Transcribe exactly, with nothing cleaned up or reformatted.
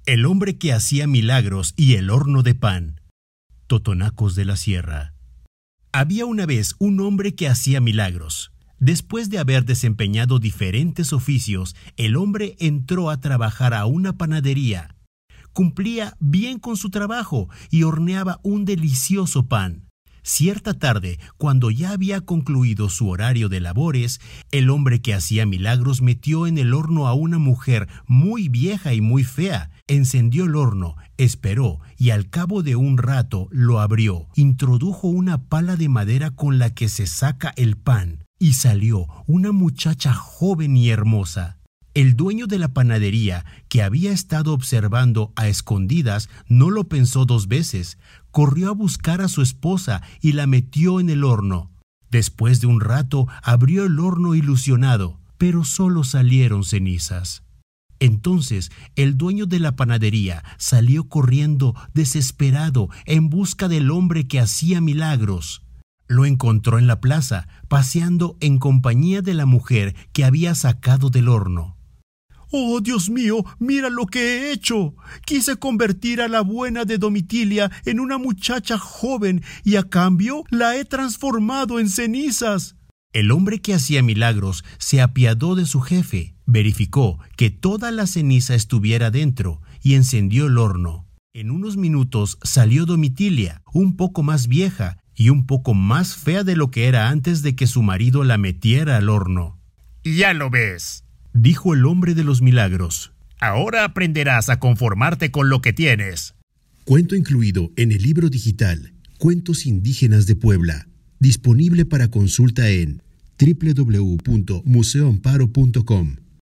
El hombre que hacía milagros y el horno de pan. Totonacos de la Sierra. Había una vez un hombre que hacía milagros. Después de haber desempeñado diferentes oficios, el hombre entró a trabajar a una panadería. Cumplía bien con su trabajo y horneaba un delicioso pan. Cierta tarde, cuando ya había concluido su horario de labores, el hombre que hacía milagros metió en el horno a una mujer muy vieja y muy fea. Encendió el horno, esperó y al cabo de un rato lo abrió. Introdujo una pala de madera con la que se saca el pan y salió una muchacha joven y hermosa. El dueño de la panadería, que había estado observando a escondidas, no lo pensó dos veces. Corrió a buscar a su esposa y la metió en el horno. Después de un rato abrió el horno ilusionado, pero solo salieron cenizas. Entonces el dueño de la panadería salió corriendo desesperado en busca del hombre que hacía milagros. Lo encontró en la plaza, paseando en compañía de la mujer que había sacado del horno. «¡Oh, Dios mío! ¡Mira lo que he hecho! Quise convertir a la buena de Domitilia en una muchacha joven y a cambio la he transformado en cenizas». El hombre que hacía milagros se apiadó de su jefe, verificó que toda la ceniza estuviera dentro y encendió el horno. En unos minutos salió Domitilia, un poco más vieja y un poco más fea de lo que era antes de que su marido la metiera al horno. «Ya lo ves», dijo el hombre de los milagros. «Ahora aprenderás a conformarte con lo que tienes». Cuento incluido en el libro digital Cuentos Indígenas de Puebla, disponible para consulta en doble u doble u doble u punto museo amparo punto com.